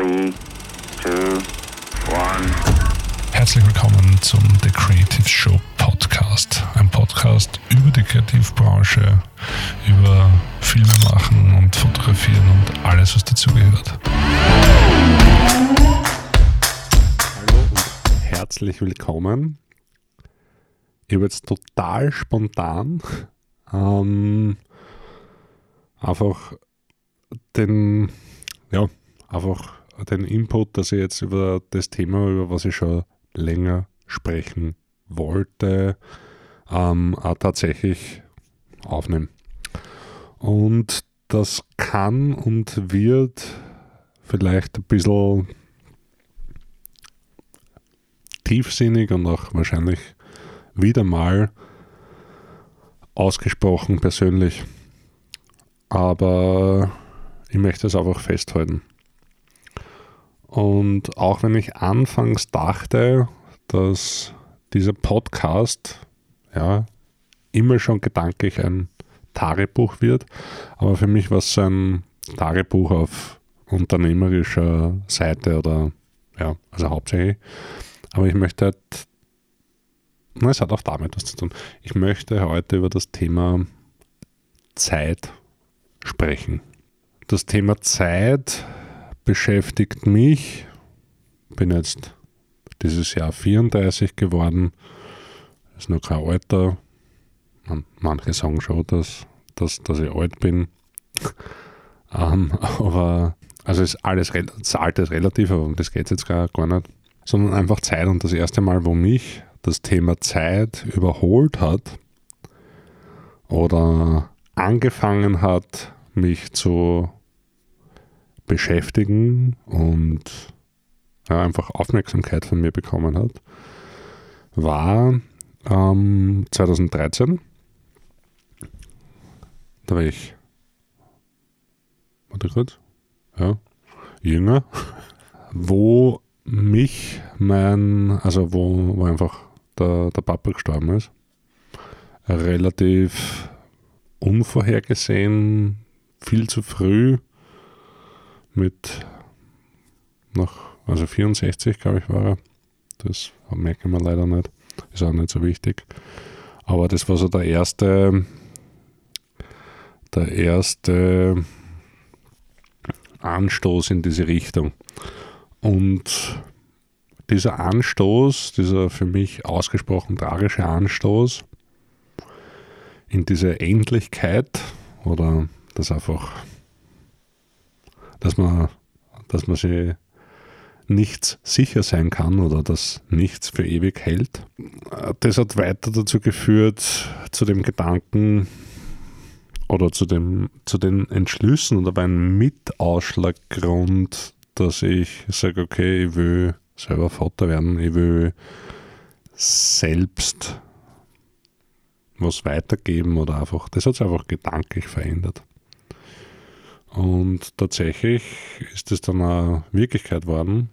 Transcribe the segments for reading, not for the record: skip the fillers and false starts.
3, 2, 1. Herzlich willkommen zum The Creative Show Podcast. Ein Podcast über die Kreativbranche, über Filme machen und fotografieren und alles, was dazugehört. Hallo und herzlich willkommen. Ich habe jetzt total spontan einfach den Input, dass ich jetzt über das Thema, über was ich schon länger sprechen wollte, auch tatsächlich aufnehmen. Und das kann und wird vielleicht ein bisschen tiefsinnig und auch wahrscheinlich wieder mal ausgesprochen persönlich. Aber ich möchte es einfach festhalten. Und auch wenn ich anfangs dachte, dass dieser Podcast immer schon gedanklich ein Tagebuch wird, aber für mich war es so ein Tagebuch auf unternehmerischer Seite also hauptsächlich. Aber ich möchte es hat auch damit was zu tun. Ich möchte heute über das Thema Zeit sprechen. Das Thema Zeit beschäftigt mich. Ich bin jetzt dieses Jahr 34 geworden. Ist noch kein Alter. Manche sagen schon, dass ich alt bin. Aber also ist alles, das Alter ist relativ, aber um das geht es jetzt gar nicht. Sondern einfach Zeit. Und das erste Mal, wo mich das Thema Zeit überholt hat oder angefangen hat, mich zu beschäftigen und einfach Aufmerksamkeit von mir bekommen hat, war 2013. Da war ich, jünger, wo wo einfach der Papa gestorben ist. Relativ unvorhergesehen, viel zu früh, mit 64, glaube ich, war er. Das merken wir leider nicht. Ist auch nicht so wichtig. Aber das war so der erste Anstoß in diese Richtung. Und dieser Anstoß, dieser für mich ausgesprochen tragische Anstoß in diese Endlichkeit oder dass man sich nichts sicher sein kann oder dass nichts für ewig hält. Das hat weiter dazu geführt, zu dem Gedanken oder zu den Entschlüssen oder war ein Mitausschlaggrund, dass ich sage, okay, ich will selber Vater werden, ich will selbst was weitergeben oder einfach, das hat sich einfach gedanklich verändert. Und tatsächlich ist es dann eine Wirklichkeit geworden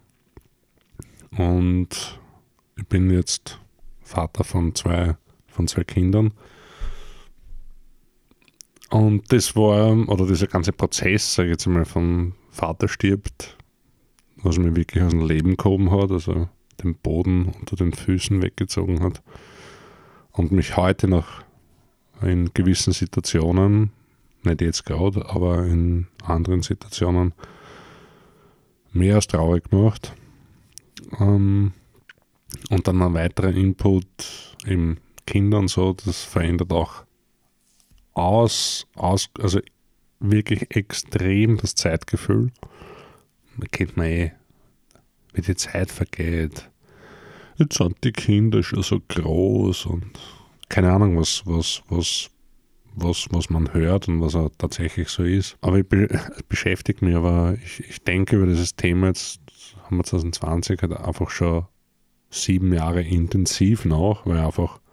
und ich bin jetzt Vater von zwei Kindern. Und das war, oder dieser ganze Prozess, sage ich jetzt einmal, von Vater stirbt, was mir wirklich aus dem Leben gehoben hat, also den Boden unter den Füßen weggezogen hat und mich heute noch in gewissen Situationen, nicht jetzt gerade, aber in anderen Situationen mehr als traurig gemacht. Und dann ein weiterer Input im Kindern so, das verändert auch also wirklich extrem das Zeitgefühl. Da kennt man wie die Zeit vergeht. Jetzt sind die Kinder schon so groß und keine Ahnung, was man hört und was auch tatsächlich so ist. Aber ich beschäftige mich, aber ich denke über dieses Thema, jetzt haben wir 2020 halt einfach schon 7 Jahre intensiv nach, weil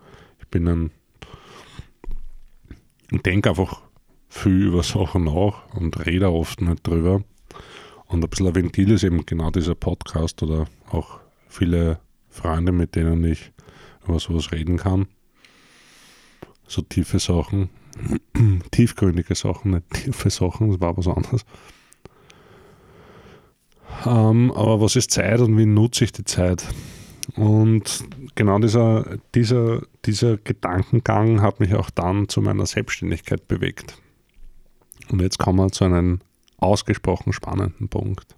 ich denke einfach viel über Sachen nach und rede oft nicht drüber. Und ein bisschen ein Ventil ist eben genau dieser Podcast oder auch viele Freunde, mit denen ich über sowas reden kann. So tiefe Sachen, tiefgründige Sachen, nicht tiefe Sachen, das war was anderes. Aber was ist Zeit und wie nutze ich die Zeit? Und genau dieser Gedankengang hat mich auch dann zu meiner Selbstständigkeit bewegt. Und jetzt kommen wir zu einem ausgesprochen spannenden Punkt.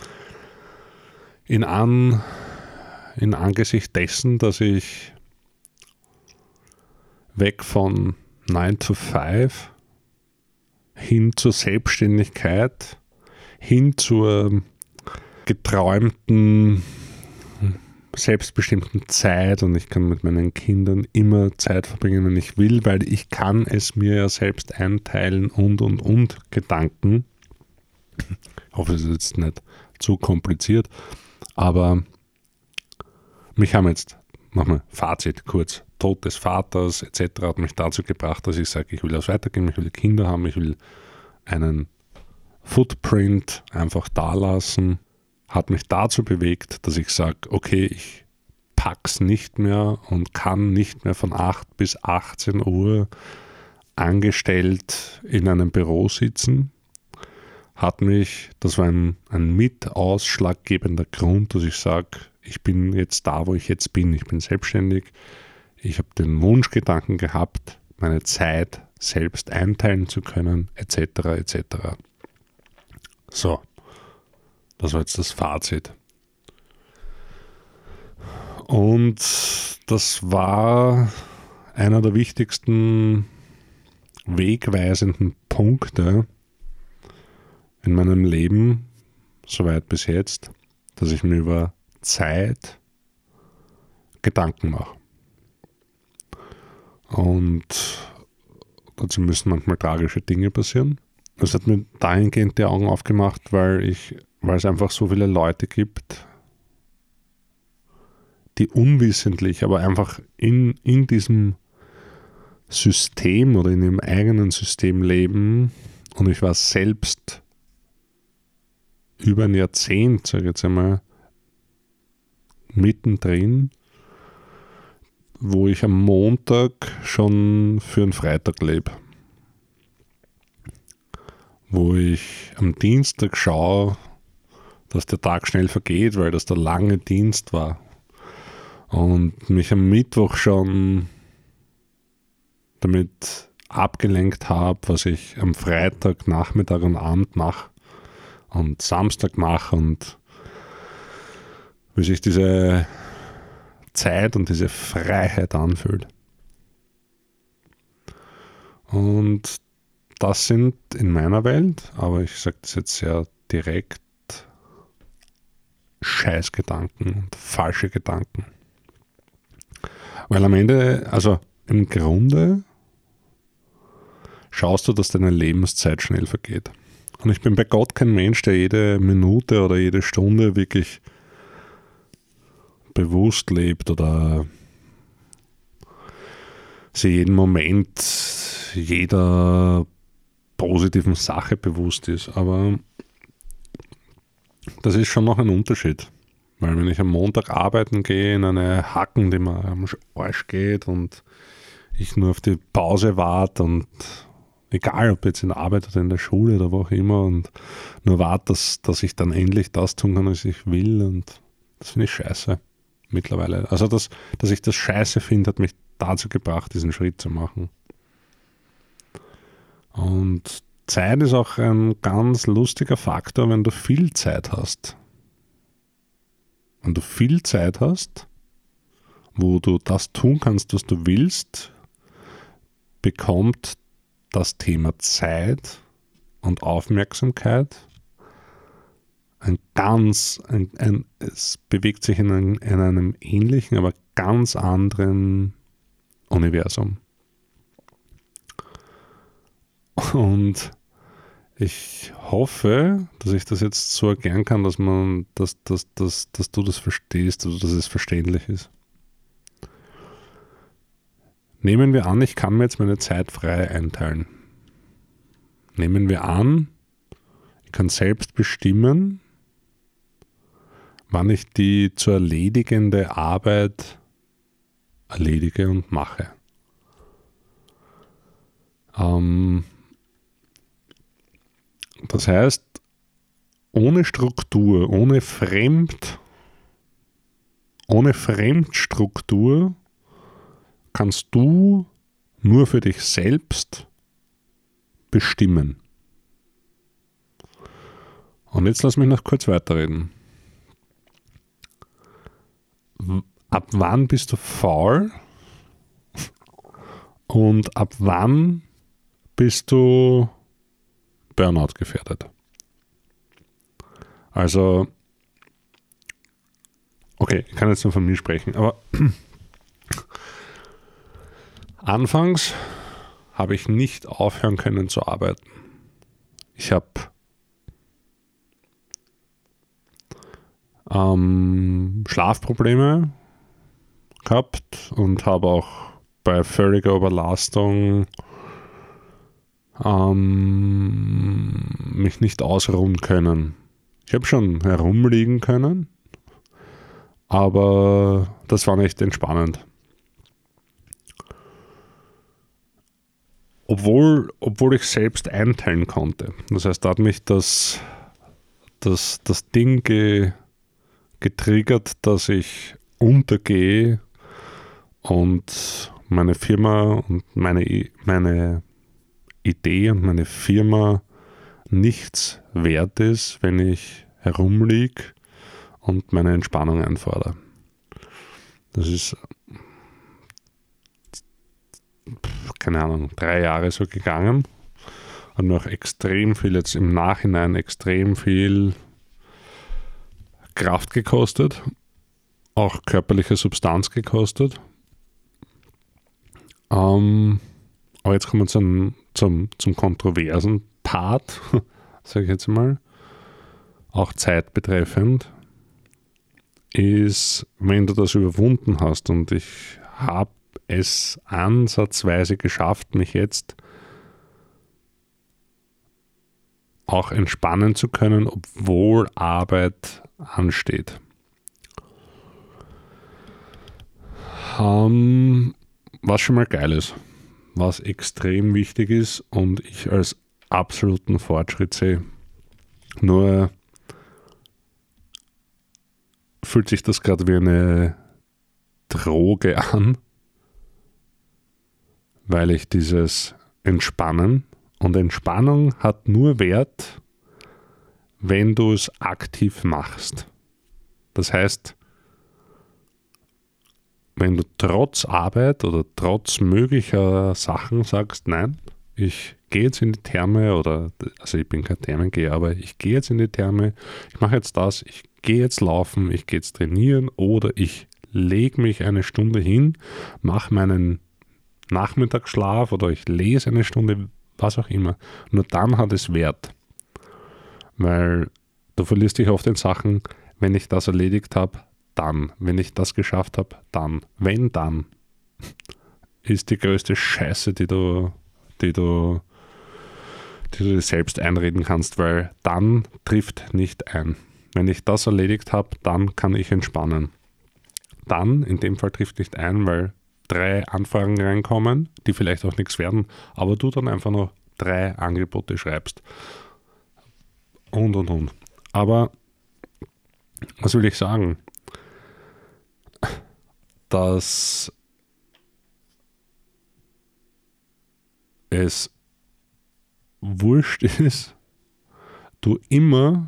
In Angesicht dessen, dass ich weg von 9 to 5 hin zur Selbstständigkeit, hin zur geträumten, selbstbestimmten Zeit, und ich kann mit meinen Kindern immer Zeit verbringen, wenn ich will, weil ich kann es mir ja selbst einteilen und Gedanken. Ich hoffe, es ist jetzt nicht zu kompliziert, aber mich haben jetzt, nochmal Fazit kurz, Tod des Vaters etc. hat mich dazu gebracht, dass ich sage, ich will das weitergeben, ich will Kinder haben, ich will einen Footprint einfach da lassen, hat mich dazu bewegt, dass ich sage, okay, ich pack's nicht mehr und kann nicht mehr von 8 bis 18 Uhr angestellt in einem Büro sitzen. Das war ein mit ausschlaggebender Grund, dass ich sage, ich bin jetzt da, wo ich jetzt bin. Ich bin selbstständig. Ich habe den Wunschgedanken gehabt, meine Zeit selbst einteilen zu können, etc. etc. So, das war jetzt das Fazit. Und das war einer der wichtigsten wegweisenden Punkte in meinem Leben, soweit bis jetzt, dass ich mir über Zeit Gedanken mache. Und dazu müssen manchmal tragische Dinge passieren. Das hat mir dahingehend die Augen aufgemacht, weil es einfach so viele Leute gibt, die unwissentlich, aber einfach in diesem System oder in ihrem eigenen System leben. Und ich war selbst über ein Jahrzehnt, sage ich jetzt einmal, mittendrin, wo ich am Montag schon für einen Freitag lebe. Wo ich am Dienstag schaue, dass der Tag schnell vergeht, weil das der lange Dienst war. Und mich am Mittwoch schon damit abgelenkt habe, was ich am Freitag, Nachmittag und Abend mache und Samstag mache und wie sich diese Zeit und diese Freiheit anfühlt. Und das sind in meiner Welt, aber ich sage das jetzt sehr direkt, Scheißgedanken und falsche Gedanken. Weil am Ende, also im Grunde, schaust du, dass deine Lebenszeit schnell vergeht. Und ich bin bei Gott kein Mensch, der jede Minute oder jede Stunde wirklich bewusst lebt oder sich jeden Moment jeder positiven Sache bewusst ist. Aber das ist schon noch ein Unterschied. Weil wenn ich am Montag arbeiten gehe in eine Hacken, die mir am Arsch geht und ich nur auf die Pause warte und egal ob jetzt in der Arbeit oder in der Schule oder wo auch immer und nur warte, dass ich dann endlich das tun kann, was ich will, und das finde ich scheiße mittlerweile. Also dass ich das scheiße finde, hat mich dazu gebracht, diesen Schritt zu machen. Und Zeit ist auch ein ganz lustiger Faktor, wenn du viel Zeit hast. Wenn du viel Zeit hast, wo du das tun kannst, was du willst, bekommt das Thema Zeit und Aufmerksamkeit es bewegt sich in einem ähnlichen, aber ganz anderen Universum. Und ich hoffe, dass ich das jetzt so erklären kann, dass du das verstehst, also dass es verständlich ist. Nehmen wir an, ich kann mir jetzt meine Zeit frei einteilen. Nehmen wir an, ich kann selbst bestimmen, wann ich die zu erledigende Arbeit erledige und mache. Das heißt, ohne Struktur, ohne Fremdstruktur kannst du nur für dich selbst bestimmen. Und jetzt lass mich noch kurz weiterreden. Ab wann bist du faul und ab wann bist du Burnout gefährdet? Also, okay, ich kann jetzt nur von mir sprechen, aber anfangs habe ich nicht aufhören können zu arbeiten. Ich habe Schlafprobleme gehabt und habe auch bei völliger Überlastung mich nicht ausruhen können. Ich habe schon herumliegen können, aber das war nicht entspannend. Obwohl ich selbst einteilen konnte. Das heißt, da hat mich das Ding getriggert, dass ich untergehe und meine Firma und meine Idee und meine Firma nichts wert ist, wenn ich herumliege und meine Entspannung einfordere. Das ist, keine Ahnung, 3 Jahre so gegangen und noch extrem viel, jetzt im Nachhinein extrem viel Kraft gekostet, auch körperliche Substanz gekostet. Aber jetzt kommen wir zum kontroversen Part, sage ich jetzt mal, auch zeitbetreffend, ist, wenn du das überwunden hast, und ich habe es ansatzweise geschafft, mich jetzt auch entspannen zu können, obwohl Arbeit ansteht. Was schon mal geil ist, was extrem wichtig ist und ich als absoluten Fortschritt sehe. Nur fühlt sich das gerade wie eine Droge an, weil ich dieses Entspannen, und Entspannung hat nur Wert, wenn du es aktiv machst. Das heißt, wenn du trotz Arbeit oder trotz möglicher Sachen sagst, nein, ich gehe jetzt in die Therme, also ich bin kein Thermengeher, aber ich gehe jetzt in die Therme, ich mache jetzt das, ich gehe jetzt laufen, ich gehe jetzt trainieren oder ich lege mich eine Stunde hin, mache meinen Nachmittagsschlaf oder ich lese eine Stunde, was auch immer. Nur dann hat es Wert. Weil du verlierst dich oft in Sachen, wenn ich das erledigt habe, dann. Wenn ich das geschafft habe, dann. Wenn dann. Ist die größte Scheiße, die du dir selbst einreden kannst, weil dann trifft nicht ein. Wenn ich das erledigt habe, dann kann ich entspannen. Dann, in dem Fall trifft nicht ein, weil 3 Anfragen reinkommen, die vielleicht auch nichts werden, aber du dann einfach noch 3 Angebote schreibst. Und. Aber, was will ich sagen? Dass es wurscht ist, du immer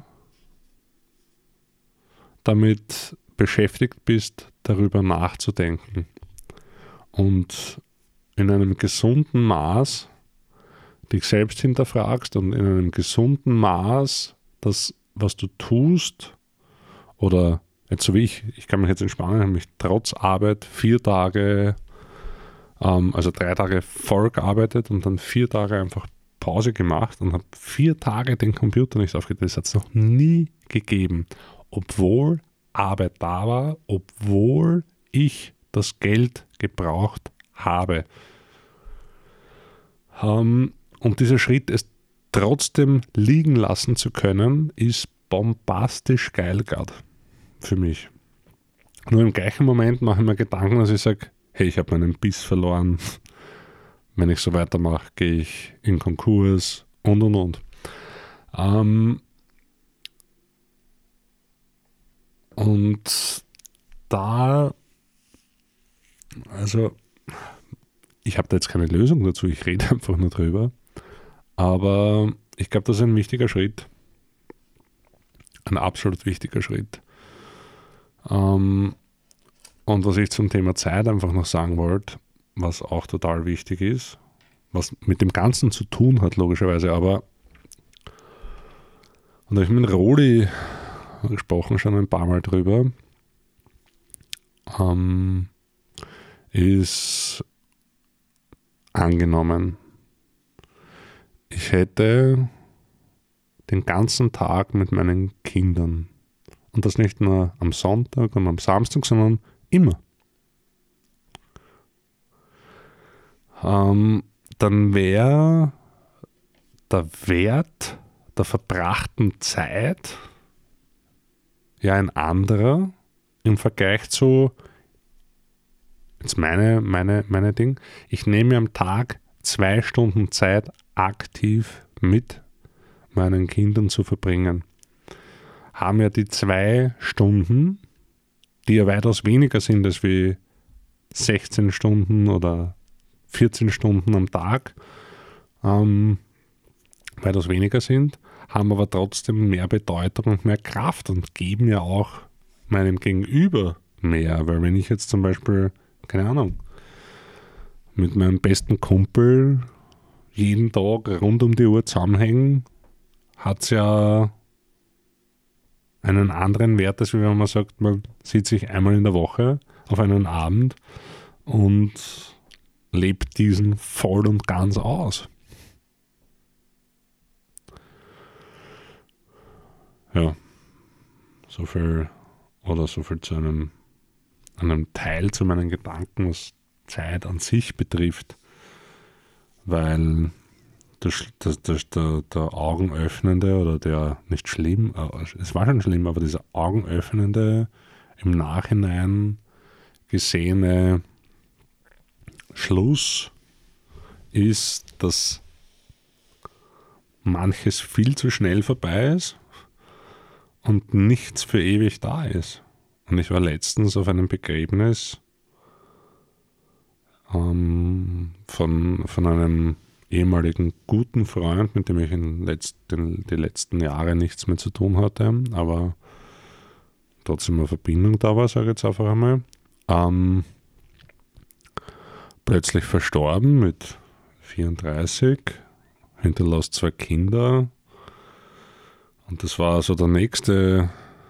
damit beschäftigt bist, darüber nachzudenken und in einem gesunden Maß dich selbst hinterfragst und in einem gesunden Maß das, was du tust, oder jetzt so wie ich kann mich jetzt entspannen, habe mich trotz Arbeit 4 Tage, also 3 Tage voll gearbeitet und dann 4 Tage einfach Pause gemacht und habe 4 Tage den Computer nicht aufgedreht. Das hat es noch nie gegeben, obwohl Arbeit da war, obwohl ich das Geld gebraucht habe. Und dieser Schritt, es trotzdem liegen lassen zu können, ist bombastisch geil gerade für mich. Nur im gleichen Moment mache ich mir Gedanken, dass ich sage, hey, ich habe meinen Biss verloren. Wenn ich so weitermache, gehe ich in Konkurs und. da, also ich habe da jetzt keine Lösung dazu, ich rede einfach nur drüber, aber ich glaube, das ist ein wichtiger Schritt, ein absolut wichtiger Schritt. Und was ich zum Thema Zeit einfach noch sagen wollte, was auch total wichtig ist, was mit dem Ganzen zu tun hat, logischerweise, aber und da habe ich mit Roli gesprochen, schon ein paar Mal drüber, ist angenommen, ich hätte den ganzen Tag mit meinen Kindern, und das nicht nur am Sonntag und am Samstag, sondern immer. Dann wäre der Wert der verbrachten Zeit ja ein anderer im Vergleich zu, jetzt meine Ding, ich nehme mir am Tag 2 Stunden Zeit aktiv mit meinen Kindern zu verbringen. Haben ja die 2 Stunden, die ja weitaus weniger sind als wie 16 Stunden oder 14 Stunden am Tag, weitaus weniger sind, haben aber trotzdem mehr Bedeutung und mehr Kraft und geben ja auch meinem Gegenüber mehr. Weil wenn ich jetzt zum Beispiel, keine Ahnung, mit meinem besten Kumpel jeden Tag rund um die Uhr zusammenhänge, hat es ja einen anderen Wert, als wenn man sagt, man sieht sich einmal in der Woche auf einen Abend und lebt diesen voll und ganz aus. Ja, so viel zu einem Teil zu meinen Gedanken, was Zeit an sich betrifft, weil der Augenöffnende oder der, nicht schlimm, es war schon schlimm, aber dieser augenöffnende, im Nachhinein gesehene Schluss ist, dass manches viel zu schnell vorbei ist und nichts für ewig da ist. Und ich war letztens auf einem Begräbnis von einem ehemaligen guten Freund, mit dem ich die letzten Jahre nichts mehr zu tun hatte, aber trotzdem eine Verbindung da war, sage ich jetzt einfach einmal. Plötzlich verstorben mit 34, hinterlässt 2 Kinder. Und das war so der nächste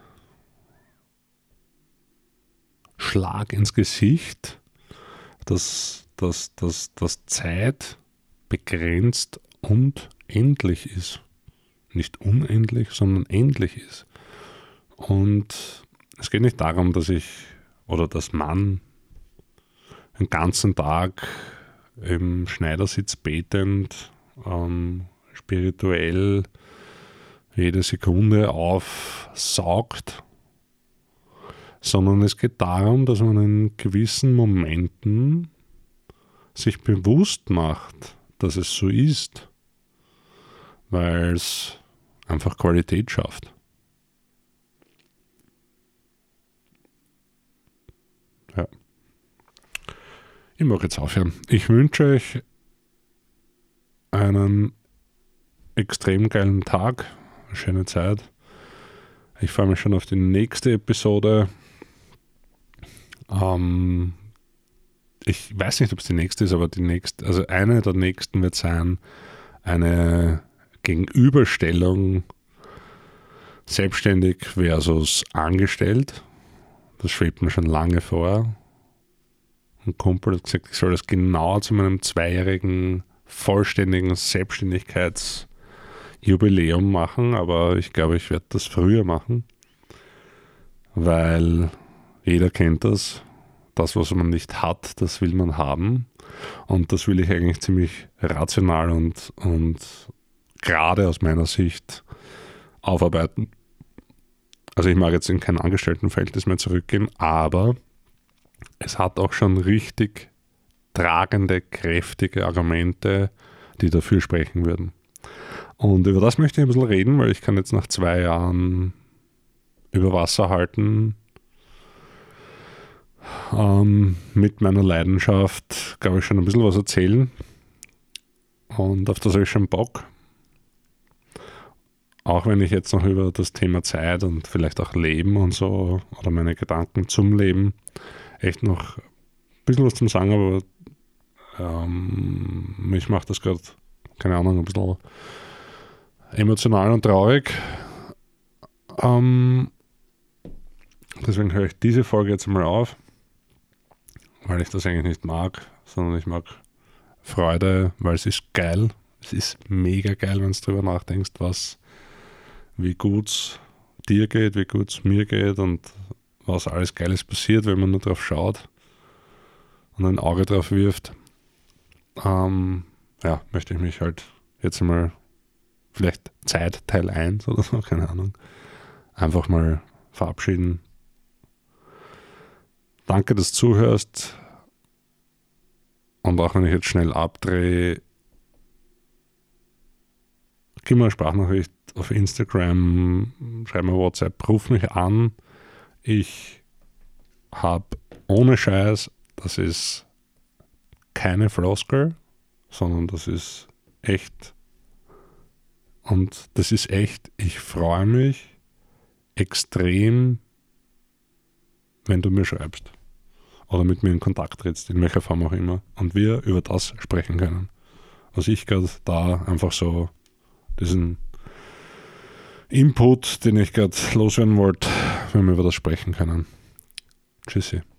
Schlag ins Gesicht, dass Zeit begrenzt und endlich ist. Nicht unendlich, sondern endlich ist. Und es geht nicht darum, dass man den ganzen Tag im Schneidersitz betend, spirituell jede Sekunde aufsaugt, sondern es geht darum, dass man in gewissen Momenten sich bewusst macht, dass es so ist, weil es einfach Qualität schafft. Ja. Ich mag jetzt aufhören. Ich wünsche euch einen extrem geilen Tag, eine schöne Zeit. Ich freue mich schon auf die nächste Episode. Ich weiß nicht, ob es die nächste ist, aber eine der nächsten wird sein, eine Gegenüberstellung selbstständig versus angestellt. Das schwebt mir schon lange vor. Ein Kumpel hat gesagt, ich soll das genau zu meinem 2-jährigen vollständigen Selbstständigkeitsjubiläum machen, aber ich glaube, ich werde das früher machen, weil jeder kennt das. Das, was man nicht hat, das will man haben. Und das will ich eigentlich ziemlich rational und gerade aus meiner Sicht aufarbeiten. Also ich mag jetzt in kein Angestelltenverhältnis mehr zurückgehen, aber es hat auch schon richtig tragende, kräftige Argumente, die dafür sprechen würden. Und über das möchte ich ein bisschen reden, weil ich kann jetzt nach 2 Jahren über Wasser halten mit meiner Leidenschaft, glaube ich, schon ein bisschen was erzählen. Und auf das habe ich schon Bock. Auch wenn ich jetzt noch über das Thema Zeit und vielleicht auch Leben und so oder meine Gedanken zum Leben echt noch ein bisschen was zum Sagen, aber mich macht das gerade, keine Ahnung, ein bisschen emotional und traurig. Deswegen höre ich diese Folge jetzt mal auf, weil ich das eigentlich nicht mag, sondern ich mag Freude, weil es ist geil. Es ist mega geil, wenn du drüber nachdenkst, wie gut es dir geht, wie gut es mir geht und was alles Geiles passiert, wenn man nur drauf schaut und ein Auge drauf wirft. Möchte ich mich halt jetzt mal, vielleicht Zeit Teil 1 oder so, keine Ahnung, einfach mal verabschieden. Danke, dass du zuhörst. Und auch wenn ich jetzt schnell abdrehe, gib mir eine Sprachnachricht auf Instagram, schreib mir WhatsApp, ruf mich an. Ich habe ohne Scheiß, das ist keine Floskel, sondern das ist echt. Und das ist echt, ich freue mich extrem, wenn du mir schreibst oder mit mir in Kontakt trittst, in welcher Form auch immer, und wir über das sprechen können. Was ich gerade da einfach so, diesen Input, den ich gerade loswerden wollte, wenn wir über das sprechen können. Tschüssi.